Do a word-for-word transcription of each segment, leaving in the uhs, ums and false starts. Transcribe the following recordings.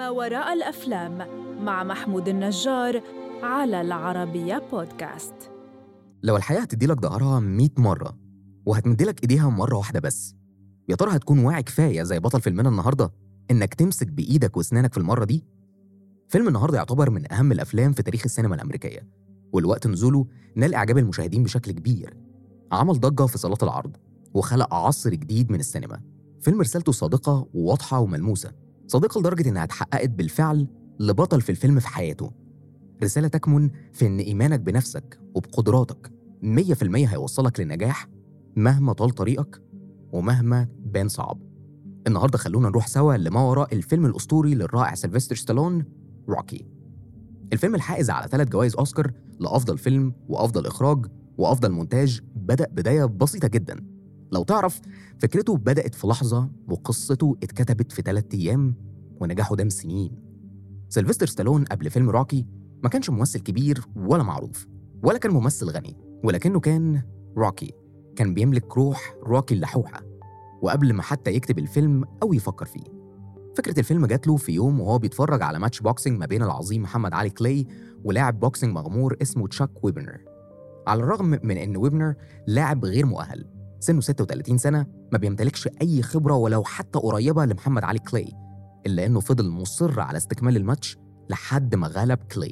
ما وراء الأفلام مع محمود النجار على العربية بودكاست. لو الحياة هتديلك ظهرها مية مرة وهتمدلك إيديها مرة واحدة بس، يا ترى هتكون واعي كفاية زي بطل فيلمنا النهاردة إنك تمسك بإيدك وأسنانك في المرة دي؟ فيلم النهاردة يعتبر من أهم الأفلام في تاريخ السينما الأمريكية، والوقت نزوله نال إعجاب المشاهدين بشكل كبير. عمل ضجة في صالات العرض وخلق عصر جديد من السينما. فيلم رسالته صادقة وواضحة وملموسة، صادقة لدرجة إنها اتحققت بالفعل لبطل في الفيلم في حياته. رسالة تكمن في إن إيمانك بنفسك وبقدراتك مية في المية هيوصلك للنجاح مهما طال طريقك ومهما بان صعب. النهاردة خلونا نروح سوا لما وراء الفيلم الأسطوري للرائع سيلفستر ستالون، روكي. الفيلم الحائز على ثلاث جوائز أوسكار لأفضل فيلم وأفضل إخراج وأفضل مونتاج بدأ بداية بسيطة جدا. لو تعرف، فكرته بدأت في لحظة وقصته اتكتبت في ثلاث أيام ونجاحه دام سنين. سيلفستر ستالون قبل فيلم روكي ما كانش ممثل كبير ولا معروف ولا كان ممثل غني، ولكنه كان روكي، كان بيملك روح روكي اللحوحة. وقبل ما حتى يكتب الفيلم أو يفكر فيه، فكرة الفيلم جات له في يوم وهو بيتفرج على ماتش بوكسينج ما بين العظيم محمد علي كلاي ولاعب بوكسينج مغمور اسمه تشاك ويبنر. على الرغم من إن ويبنر لاعب غير مؤهل، سنه ستة وثلاثين سنة، ما بيمتلكش أي خبرة ولو حتى قريبة لمحمد علي كلاي، إلا إنه فضل مصر على استكمال الماتش لحد ما غلب كلاي.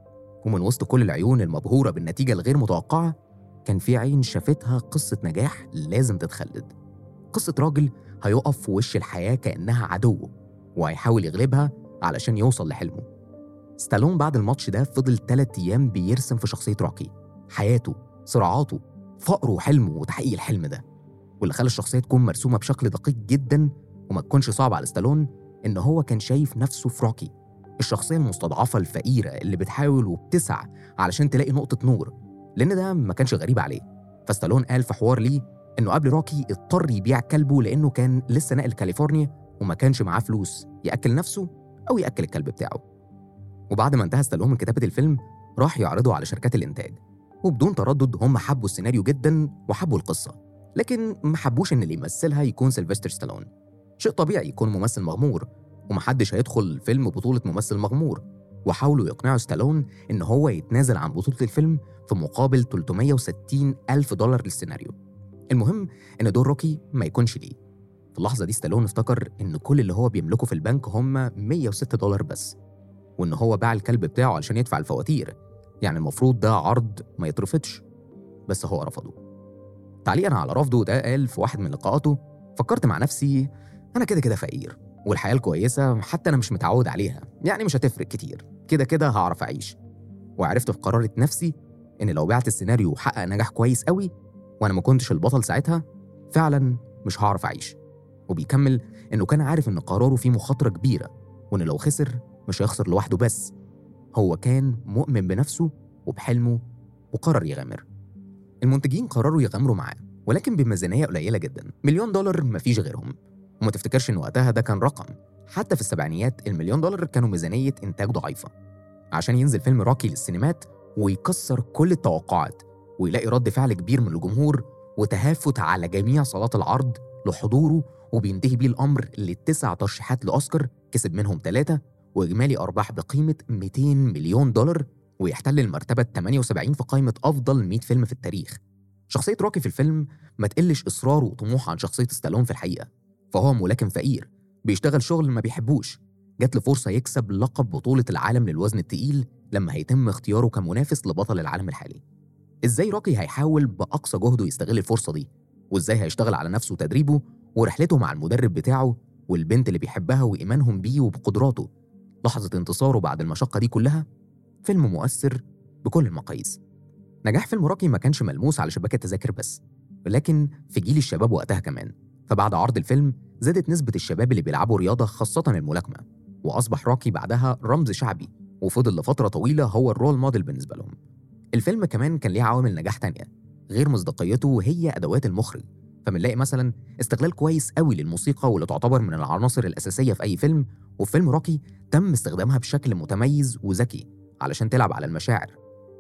ومن وسط كل العيون المبهورة بالنتيجة الغير متوقعة، كان في عين شافتها قصة نجاح لازم تتخلد، قصة راجل هيقف في وش الحياة كأنها عدوه وهيحاول يغلبها علشان يوصل لحلمه. ستالون بعد الماتش ده فضل ثلاث أيام بيرسم في شخصية روكي، حياته، صراعاته، فقره وحلمه وتحقيق الحلم ده. واللي خلى الشخصية تكون مرسومة بشكل دقيق جدا وما تكونش صعب على ستالون إن هو كان شايف نفسه في روكي، الشخصية المستضعفة الفقيرة اللي بتحاول وبتسعى علشان تلاقي نقطة نور، لأن ده ما كانش غريب عليه. فستالون قال في حوار ليه إنه قبل روكي اضطر يبيع كلبه لأنه كان لسه ناقل كاليفورنيا وما كانش معاه فلوس يأكل نفسه أو يأكل الكلب بتاعه. وبعد ما انتهى ستالون من كتابة الفيلم راح يعرضه على شركات الإنتاج، وبدون تردد هم حبوا السيناريو جدا وحبوا القصة، لكن ما حبوش إن اللي يمثلها يكون سيلفستر ستالون. شيء طبيعي يكون ممثل مغمور ومحدش هيدخل فيلم بطولة ممثل مغمور، وحاولوا يقنعوا ستالون إن هو يتنازل عن بطولة الفيلم في مقابل ثلاثمية وستين ألف دولار للسيناريو. المهم إن دور روكي ما يكونش ليه. في اللحظة دي ستالون افتكر إن كل اللي هو بيملكه في البنك هم مية وستة دولار بس، وإن هو باع الكلب بتاعه علشان يدفع الفواتير، يعني المفروض ده عرض ما يترفضش، بس هو رفضه. تعليقاً على رفضه ده قال في واحد من لقاءاته: فكرت مع نفسي أنا كده كده فقير والحياة الكويسة حتى أنا مش متعود عليها، يعني مش هتفرق كتير، كده كده هعرف أعيش. وعرفت في قرارة نفسي إن لو بعت السيناريو وحقق نجاح كويس قوي وأنا ما كنتش البطل ساعتها، فعلا مش هعرف أعيش. وبيكمل إنه كان عارف إن قراره فيه مخاطرة كبيرة، وإن لو خسر مش هيخسر لوحده بس، هو كان مؤمن بنفسه وبحلمه وقرر يغامر. المنتجين قرروا يغامروا معاه، ولكن بميزانية قليلة جدا، مليون دولار مفيش غيرهم. وما تفتكرش إن وقتها ده كان رقم، حتى في السبعينيات المليون دولار كانوا ميزانية إنتاج ضعيفة. عشان ينزل فيلم روكي للسينمات ويكسر كل التوقعات ويلاقي رد فعل كبير من الجمهور وتهافت على جميع صالات العرض لحضوره، وبينتهي بيه الأمر لتسع ترشيحات لأوسكار كسب منهم ثلاثة، وإجمالي أرباح بقيمة مئتين مليون دولار، ويحتل المرتبة ثمانية وسبعين في قائمة أفضل مئة فيلم في التاريخ. شخصية روكي في الفيلم ما تقلش إصراره وطموحه عن شخصية ستالون في الحقيقة، فهو ملاكم فقير بيشتغل شغل ما بيحبوش، جات له فرصة يكسب لقب بطولة العالم للوزن التقيل لما هيتم اختياره كمنافس لبطل العالم الحالي. إزاي روكي هيحاول بأقصى جهده يستغل الفرصة دي، وإزاي هيشتغل على نفسه وتدريبه ورحلته مع المدرب بتاعه والبنت اللي بيحبها وإيمانهم بيه وبقدراته، لحظة انتصاره بعد المشقة دي كلها. فيلم مؤثر بكل المقاييس. نجاح فيلم روكي ما كانش ملموس على شباك التذاكر بس، ولكن في جيل الشباب وقتها كمان. فبعد عرض الفيلم زادت نسبة الشباب اللي بيلعبوا رياضة خاصة الملاكمة، وأصبح روكي بعدها رمز شعبي وفضل لفترة طويلة هو الرول موديل بالنسبة لهم. الفيلم كمان كان ليه عوامل نجاح تانية غير مصداقيته وهي أدوات المخرج. فمنلاقي مثلا استغلال كويس قوي للموسيقى واللي تعتبر من العناصر الأساسية في أي فيلم، وفي فيلم روكي تم استخدامها بشكل متميز وذكي علشان تلعب على المشاعر.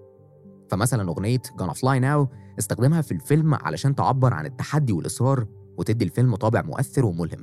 فمثلا أغنية Gonna Fly Now استخدمها في الفيلم علشان تعبر عن التحدي والإصرار وتدي الفيلم طابع مؤثر وملهم،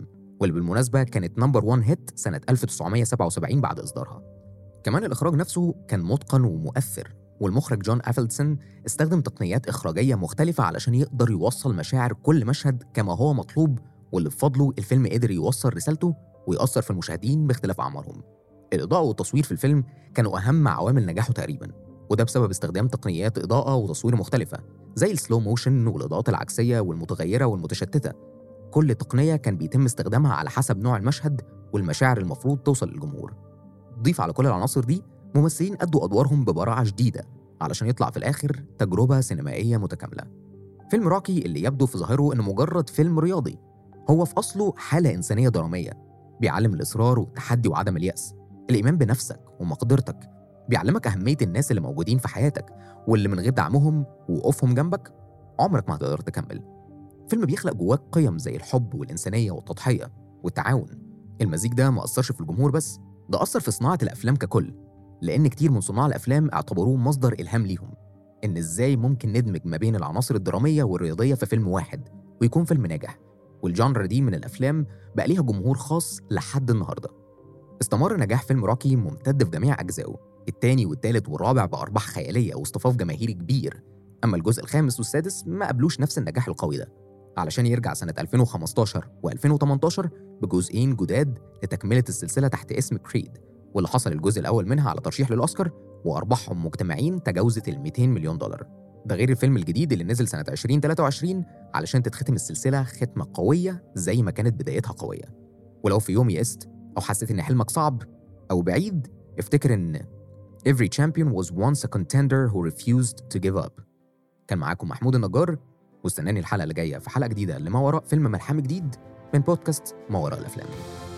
واللي بالمناسبة كانت نمبر وان هيت سنة ألف وتسعمية وسبعة وسبعين بعد إصدارها. كمان الإخراج نفسه كان متقن ومؤثر، والمخرج جون أفلسون استخدم تقنيات إخراجية مختلفة علشان يقدر يوصل مشاعر كل مشهد كما هو مطلوب، واللي بفضله الفيلم قدر يوصل رسالته ويأثر في المشاهدين باختلاف أعمارهم. الإضاءة والتصوير في الفيلم كانوا أهم عوامل نجاحه تقريباً، وده بسبب استخدام تقنيات إضاءة وتصوير مختلفة زي السلو موشن والإضاءات العكسية والمتغيرة والمتشتتة. كل تقنية كان بيتم استخدامها على حسب نوع المشهد والمشاعر المفروض توصل للجمهور. ضيف على كل العناصر دي ممثلين أدوا أدوارهم ببراعة شديدة علشان يطلع في الآخر تجربة سينمائية متكاملة. فيلم روكي اللي يبدو في ظاهره إنه مجرد فيلم رياضي، هو في أصله حالة إنسانية درامية بيعلم الإصرار والتحدي وعدم اليأس، الإيمان بنفسك ومقدرتك، بيعلمك أهمية الناس اللي موجودين في حياتك واللي من غير دعمهم ووقوفهم جنبك عمرك ما هتقدر تكمل. فيلم بيخلق جواك قيم زي الحب والإنسانية والتضحية والتعاون. المزيج ده ما أثرش في الجمهور بس، ده أثر في صناعة الأفلام ككل، لأن كتير من صناع الأفلام اعتبروه مصدر إلهام ليهم، إن إزاي ممكن ندمج ما بين العناصر الدرامية والرياضية في فيلم واحد ويكون فيلم ناجح. والجانرا دي من الأفلام بقى ليها جمهور خاص لحد النهاردة. استمر نجاح فيلم روكي ممتد في جميع أجزائه، التاني والتالت والرابع بأرباح خيالية واصطفاف جماهيري كبير، أما الجزء الخامس والسادس ما قبلوش نفس النجاح القوي ده، علشان يرجع سنة ألفين وخمستاشر وألفين وتمنتاشر بجزئين جداد لتكملة السلسلة تحت اسم كريد، واللي حصل الجزء الأول منها على ترشيح للأوسكار وأرباحهم مجتمعين تجاوزت ال مئتين مليون دولار. ده غير الفيلم الجديد اللي نزل سنة ألفين وتلاتة وعشرين علشان تتختم السلسلة ختمة قوية زي ما كانت بدايتها قوية. ولو في يوم يئست أو حسيت إن حلمك صعب أو بعيد، افتكر إن every champion was once a contender who refused to give up. كان معاكم محمود النجار، واستناني الحلقة اللي جاية في حلقة جديدة لما وراء فيلم ملحمي جديد من بودكاست ما وراء الأفلام.